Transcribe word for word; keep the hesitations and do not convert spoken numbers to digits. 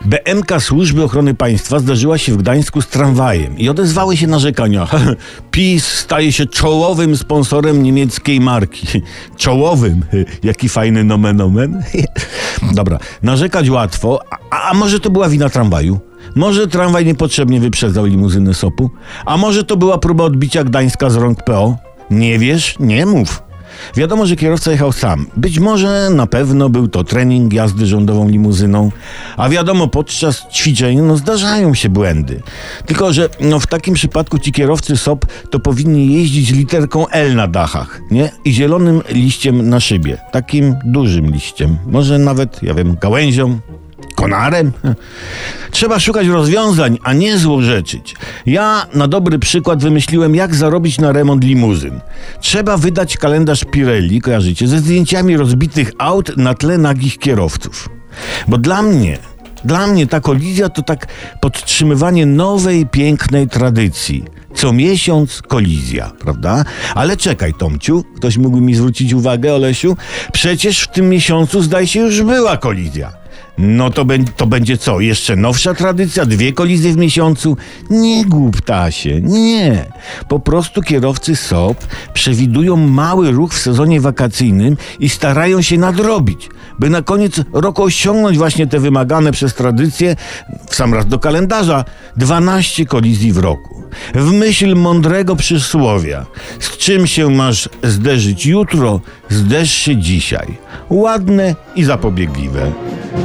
B M K Służby Ochrony Państwa zdarzyła się w Gdańsku z tramwajem i odezwały się narzekania. PiS staje się czołowym sponsorem niemieckiej marki. Czołowym? Jaki fajny nomen omen. Dobra, narzekać łatwo, a, a może to była wina tramwaju? Może tramwaj niepotrzebnie wyprzedzał limuzynę sopu? A może to była próba odbicia Gdańska z rąk P O? Nie wiesz? Nie mów. Wiadomo, że kierowca jechał sam. Być może na pewno był to trening jazdy rządową limuzyną, a wiadomo, podczas ćwiczeń no, zdarzają się błędy. Tylko że no, w takim przypadku ci kierowcy S O P to powinni jeździć literką L na dachach, nie? I zielonym liściem na szybie. Takim dużym liściem. Może nawet, ja wiem, gałęzią. Konarem? Trzeba szukać rozwiązań, a nie złorzeczyć. Ja na dobry przykład wymyśliłem, jak zarobić na remont limuzyn. Trzeba wydać kalendarz Pirelli, kojarzycie, ze zdjęciami rozbitych aut na tle nagich kierowców. Bo dla mnie, dla mnie ta kolizja to tak podtrzymywanie nowej, pięknej tradycji. Co miesiąc kolizja, prawda? Ale czekaj, Tomciu, ktoś mógł mi zwrócić uwagę, Olesiu? Przecież w tym miesiącu, zdaje się, już była kolizja. No to, be- to będzie co? Jeszcze nowsza tradycja? Dwie kolizje w miesiącu? Nie, głuptasie, nie. Po prostu kierowcy S O P przewidują mały ruch w sezonie wakacyjnym i starają się nadrobić, by na koniec roku osiągnąć właśnie te wymagane przez tradycję, w sam raz do kalendarza, dwanaście kolizji w roku. W myśl mądrego przysłowia: z czym się masz zderzyć jutro, zderz się dzisiaj. Ładne i zapobiegliwe.